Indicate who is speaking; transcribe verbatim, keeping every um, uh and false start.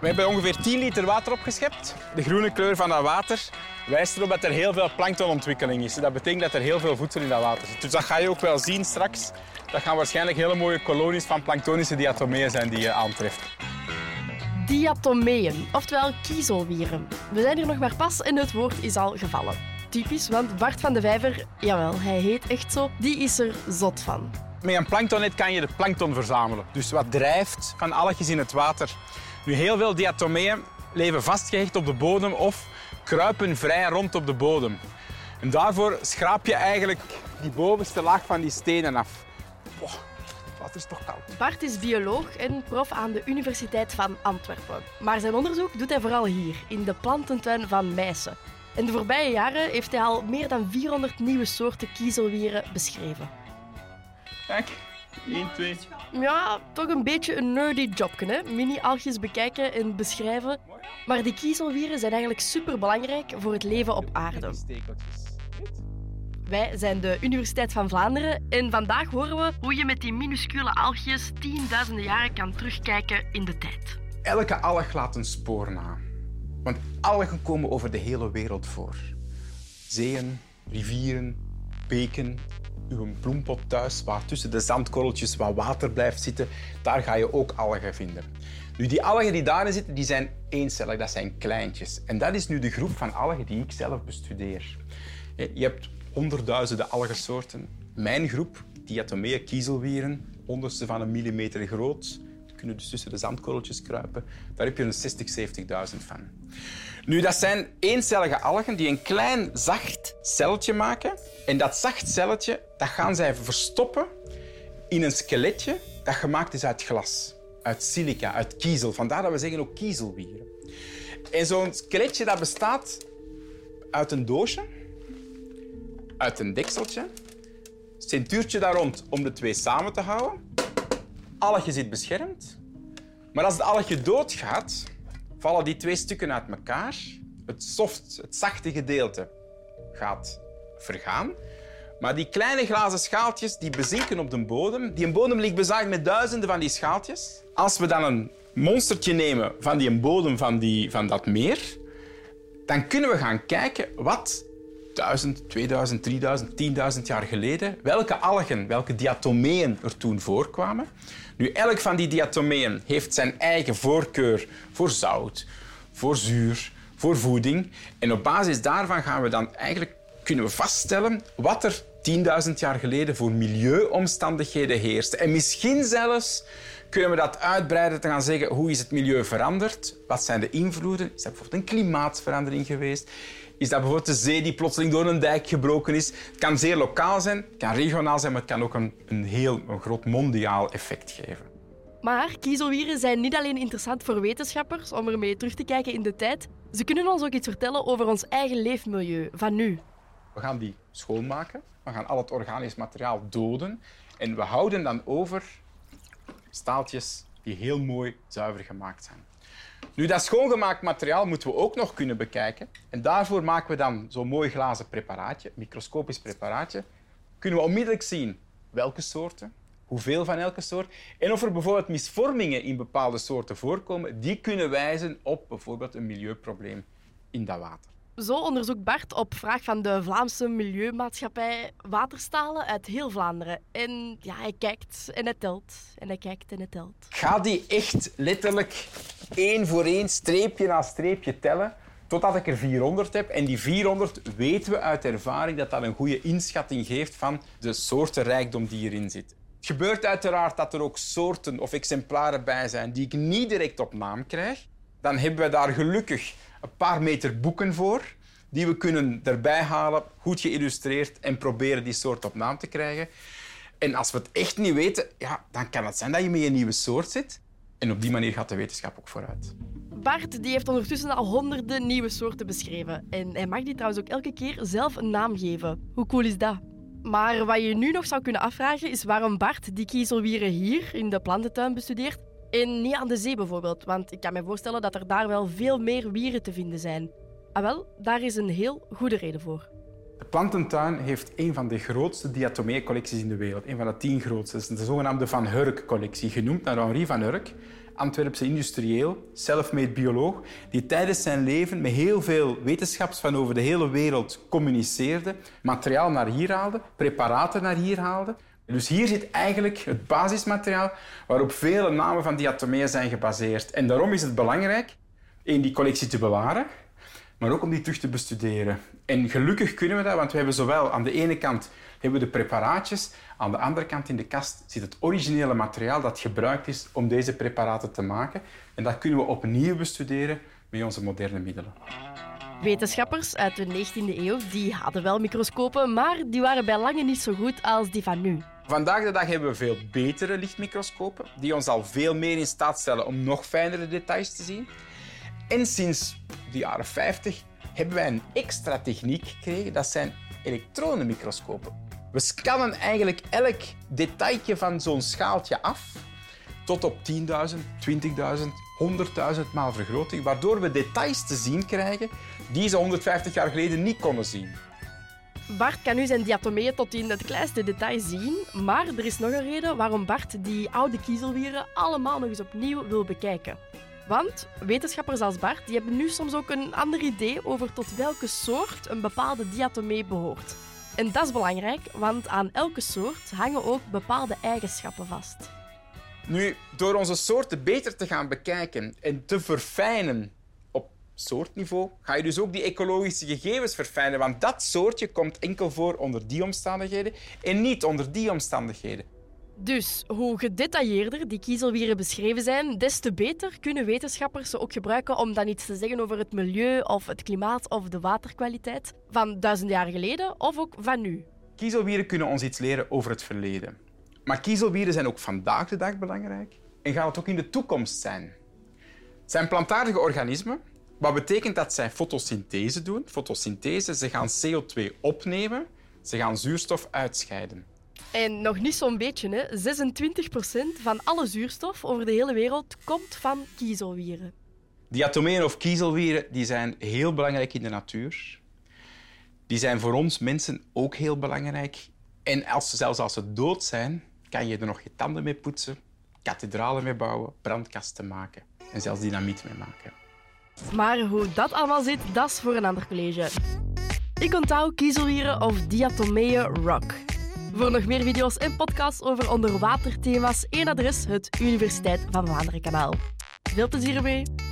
Speaker 1: We hebben ongeveer tien liter water opgeschept. De groene kleur van dat water wijst erop dat er heel veel planktonontwikkeling is. Dat betekent dat er heel veel voedsel in dat water zit. Dus dat ga je ook wel zien straks. Dat gaan waarschijnlijk hele mooie kolonies van planktonische diatomeeën zijn die je aantreft.
Speaker 2: Diatomeeën, oftewel kiezelwieren. We zijn hier nog maar pas en het woord is al gevallen. Typisch, want Bart van de Vijver, jawel, hij heet echt zo, die is er zot van.
Speaker 1: Met een planktonnet kan je de plankton verzamelen. Dus wat drijft van algjes in het water. Nu, heel veel diatomeeën leven vastgehecht op de bodem of kruipen vrij rond op de bodem. En daarvoor schraap je eigenlijk die bovenste laag van die stenen af. Wow, het water is toch koud.
Speaker 2: Bart is bioloog en prof aan de Universiteit van Antwerpen. Maar zijn onderzoek doet hij vooral hier, in de plantentuin van Meissen. In de voorbije jaren heeft hij al meer dan vierhonderd nieuwe soorten kiezelwieren beschreven.
Speaker 1: Kijk, één, twee.
Speaker 2: Ja, toch een beetje een nerdy jobje, hè? Mini-algjes bekijken en beschrijven. Maar die kiezelwieren zijn eigenlijk superbelangrijk voor het leven op aarde. Wij zijn de Universiteit van Vlaanderen en vandaag horen we hoe je met die minuscule algjes tienduizenden jaren kan terugkijken in de tijd.
Speaker 1: Elke alg laat een spoor na. Want algen komen over de hele wereld voor. Zeeën, rivieren, beken, uw bloempot thuis, waar tussen de zandkorreltjes wat water blijft zitten, daar ga je ook algen vinden. Nu, die algen die daarin zitten, die zijn eencellig, dat zijn kleintjes. En dat is nu de groep van algen die ik zelf bestudeer. Je hebt honderdduizenden algensoorten. Mijn groep, diatomeeën, kiezelwieren, honderdste van een millimeter groot, kunnen dus tussen de zandkorreltjes kruipen. Daar heb je een zestig, zeventigduizend van. Nu, dat zijn eencellige algen die een klein, zacht celletje maken. En dat zacht celletje dat gaan zij verstoppen in een skeletje dat gemaakt is uit glas, uit silica, uit kiezel. Vandaar dat we zeggen ook kiezelwieren. En zo'n skeletje dat bestaat uit een doosje, uit een dekseltje, centuurtje daar rond om de twee samen te houden. Algje zit beschermd. Maar als het algje doodgaat, vallen die twee stukken uit elkaar. Het soft, het zachte gedeelte gaat vergaan. Maar die kleine glazen schaaltjes die bezinken op de bodem. Die bodem ligt bezaaid met duizenden van die schaaltjes. Als we dan een monstertje nemen van die bodem van, die, van dat meer, dan kunnen we gaan kijken wat duizend, tweeduizend, drieduizend, tienduizend jaar geleden, welke algen, welke diatomeeën er toen voorkwamen. Nu, elk van die diatomeeën heeft zijn eigen voorkeur voor zout, voor zuur, voor voeding. En op basis daarvan gaan we dan eigenlijk kunnen we vaststellen wat er tienduizend jaar geleden voor milieuomstandigheden heerste. En misschien zelfs kunnen we dat uitbreiden te gaan zeggen hoe is het milieu veranderd? Wat zijn de invloeden? Is dat bijvoorbeeld een klimaatsverandering geweest? Is dat bijvoorbeeld de zee die plotseling door een dijk gebroken is? Het kan zeer lokaal zijn, het kan regionaal zijn, maar het kan ook een, een heel een groot mondiaal effect geven.
Speaker 2: Maar kiezelwieren zijn niet alleen interessant voor wetenschappers om ermee terug te kijken in de tijd. Ze kunnen ons ook iets vertellen over ons eigen leefmilieu van nu.
Speaker 1: We gaan die schoonmaken, we gaan al het organisch materiaal doden en we houden dan over staaltjes die heel mooi zuiver gemaakt zijn. Nu, dat schoongemaakt materiaal moeten we ook nog kunnen bekijken. En daarvoor maken we dan zo'n mooi glazen preparaatje, een microscopisch preparaatje. Kunnen we onmiddellijk zien welke soorten, hoeveel van elke soort. En of er bijvoorbeeld misvormingen in bepaalde soorten voorkomen, die kunnen wijzen op bijvoorbeeld een milieuprobleem in dat water.
Speaker 2: Zo onderzoekt Bart op vraag van de Vlaamse milieumaatschappij waterstalen uit heel Vlaanderen. En ja, hij kijkt en hij telt. En hij kijkt en hij telt.
Speaker 1: Ga die echt letterlijk één voor één, streepje na streepje tellen, totdat ik er vierhonderd heb. En die vierhonderd weten we uit ervaring dat dat een goede inschatting geeft van de soortenrijkdom die erin zit. Het gebeurt uiteraard dat er ook soorten of exemplaren bij zijn die ik niet direct op naam krijg. Dan hebben we daar gelukkig een paar meter boeken voor, die we kunnen erbij halen, goed geïllustreerd en proberen die soort op naam te krijgen. En als we het echt niet weten, ja, dan kan het zijn dat je met een nieuwe soort zit. En op die manier gaat de wetenschap ook vooruit.
Speaker 2: Bart die heeft ondertussen al honderden nieuwe soorten beschreven. En hij mag die trouwens ook elke keer zelf een naam geven. Hoe cool is dat? Maar wat je nu nog zou kunnen afvragen is waarom Bart die kiezelwieren hier in de plantentuin bestudeert en niet aan de zee bijvoorbeeld. Want ik kan me voorstellen dat er daar wel veel meer wieren te vinden zijn. Ah wel, daar is een heel goede reden voor.
Speaker 1: De plantentuin heeft een van de grootste diatomeeëncollecties in de wereld. Een van de tien grootste. Dat is de zogenaamde Van Hurk-collectie, genoemd naar Henri van Hurk, Antwerpse industrieel, self-made bioloog, die tijdens zijn leven met heel veel wetenschaps van over de hele wereld communiceerde, materiaal naar hier haalde, preparaten naar hier haalde. Dus hier zit eigenlijk het basismateriaal waarop vele namen van diatomeeën zijn gebaseerd. En daarom is het belangrijk één, die collectie te bewaren, maar ook om die terug te bestuderen. En gelukkig kunnen we dat, want we hebben zowel aan de ene kant hebben we de preparaatjes, aan de andere kant in de kast zit het originele materiaal dat gebruikt is om deze preparaten te maken. En dat kunnen we opnieuw bestuderen met onze moderne middelen.
Speaker 2: Wetenschappers uit de negentiende eeuw die hadden wel microscopen, maar die waren bij lange niet zo goed als die van nu.
Speaker 1: Vandaag de dag hebben we veel betere lichtmicroscopen die ons al veel meer in staat stellen om nog fijnere details te zien. En sinds de jaren vijftig hebben wij een extra techniek gekregen, dat zijn elektronenmicroscopen. We scannen eigenlijk elk detailje van zo'n schaaltje af tot op tienduizend, twintigduizend, honderdduizend maal vergroting, waardoor we details te zien krijgen die ze honderdvijftig jaar geleden niet konden zien.
Speaker 2: Bart kan nu zijn diatomeeën tot in het kleinste detail zien, maar er is nog een reden waarom Bart die oude kiezelwieren allemaal nog eens opnieuw wil bekijken. Want wetenschappers als Bart die hebben nu soms ook een ander idee over tot welke soort een bepaalde diatomee behoort. En dat is belangrijk, want aan elke soort hangen ook bepaalde eigenschappen vast.
Speaker 1: Nu, door onze soorten beter te gaan bekijken en te verfijnen op soortniveau, ga je dus ook die ecologische gegevens verfijnen, want dat soortje komt enkel voor onder die omstandigheden en niet onder die omstandigheden.
Speaker 2: Dus hoe gedetailleerder die kiezelwieren beschreven zijn, des te beter kunnen wetenschappers ze ook gebruiken om dan iets te zeggen over het milieu of het klimaat of de waterkwaliteit van duizenden jaren geleden of ook van nu.
Speaker 1: Kiezelwieren kunnen ons iets leren over het verleden. Maar kiezelwieren zijn ook vandaag de dag belangrijk en gaan het ook in de toekomst zijn. Het zijn plantaardige organismen, wat betekent dat zij fotosynthese doen. Fotosynthese, ze gaan C O twee opnemen, ze gaan zuurstof uitscheiden.
Speaker 2: En nog niet zo'n beetje, hè. zesentwintig procent van alle zuurstof over de hele wereld komt van kiezelwieren.
Speaker 1: Diatomeeën of kiezelwieren die zijn heel belangrijk in de natuur. Die zijn voor ons mensen ook heel belangrijk. En als, zelfs als ze dood zijn, kan je er nog je tanden mee poetsen, kathedralen mee bouwen, brandkasten maken en zelfs dynamiet mee maken.
Speaker 2: Maar hoe dat allemaal zit, dat is voor een ander college. Ik onthoud kiezelwieren of diatomeeën rock. Voor nog meer video's en podcasts over onderwaterthema's, één adres, het Universiteit van Vlaanderen kanaal. Veel plezier ermee!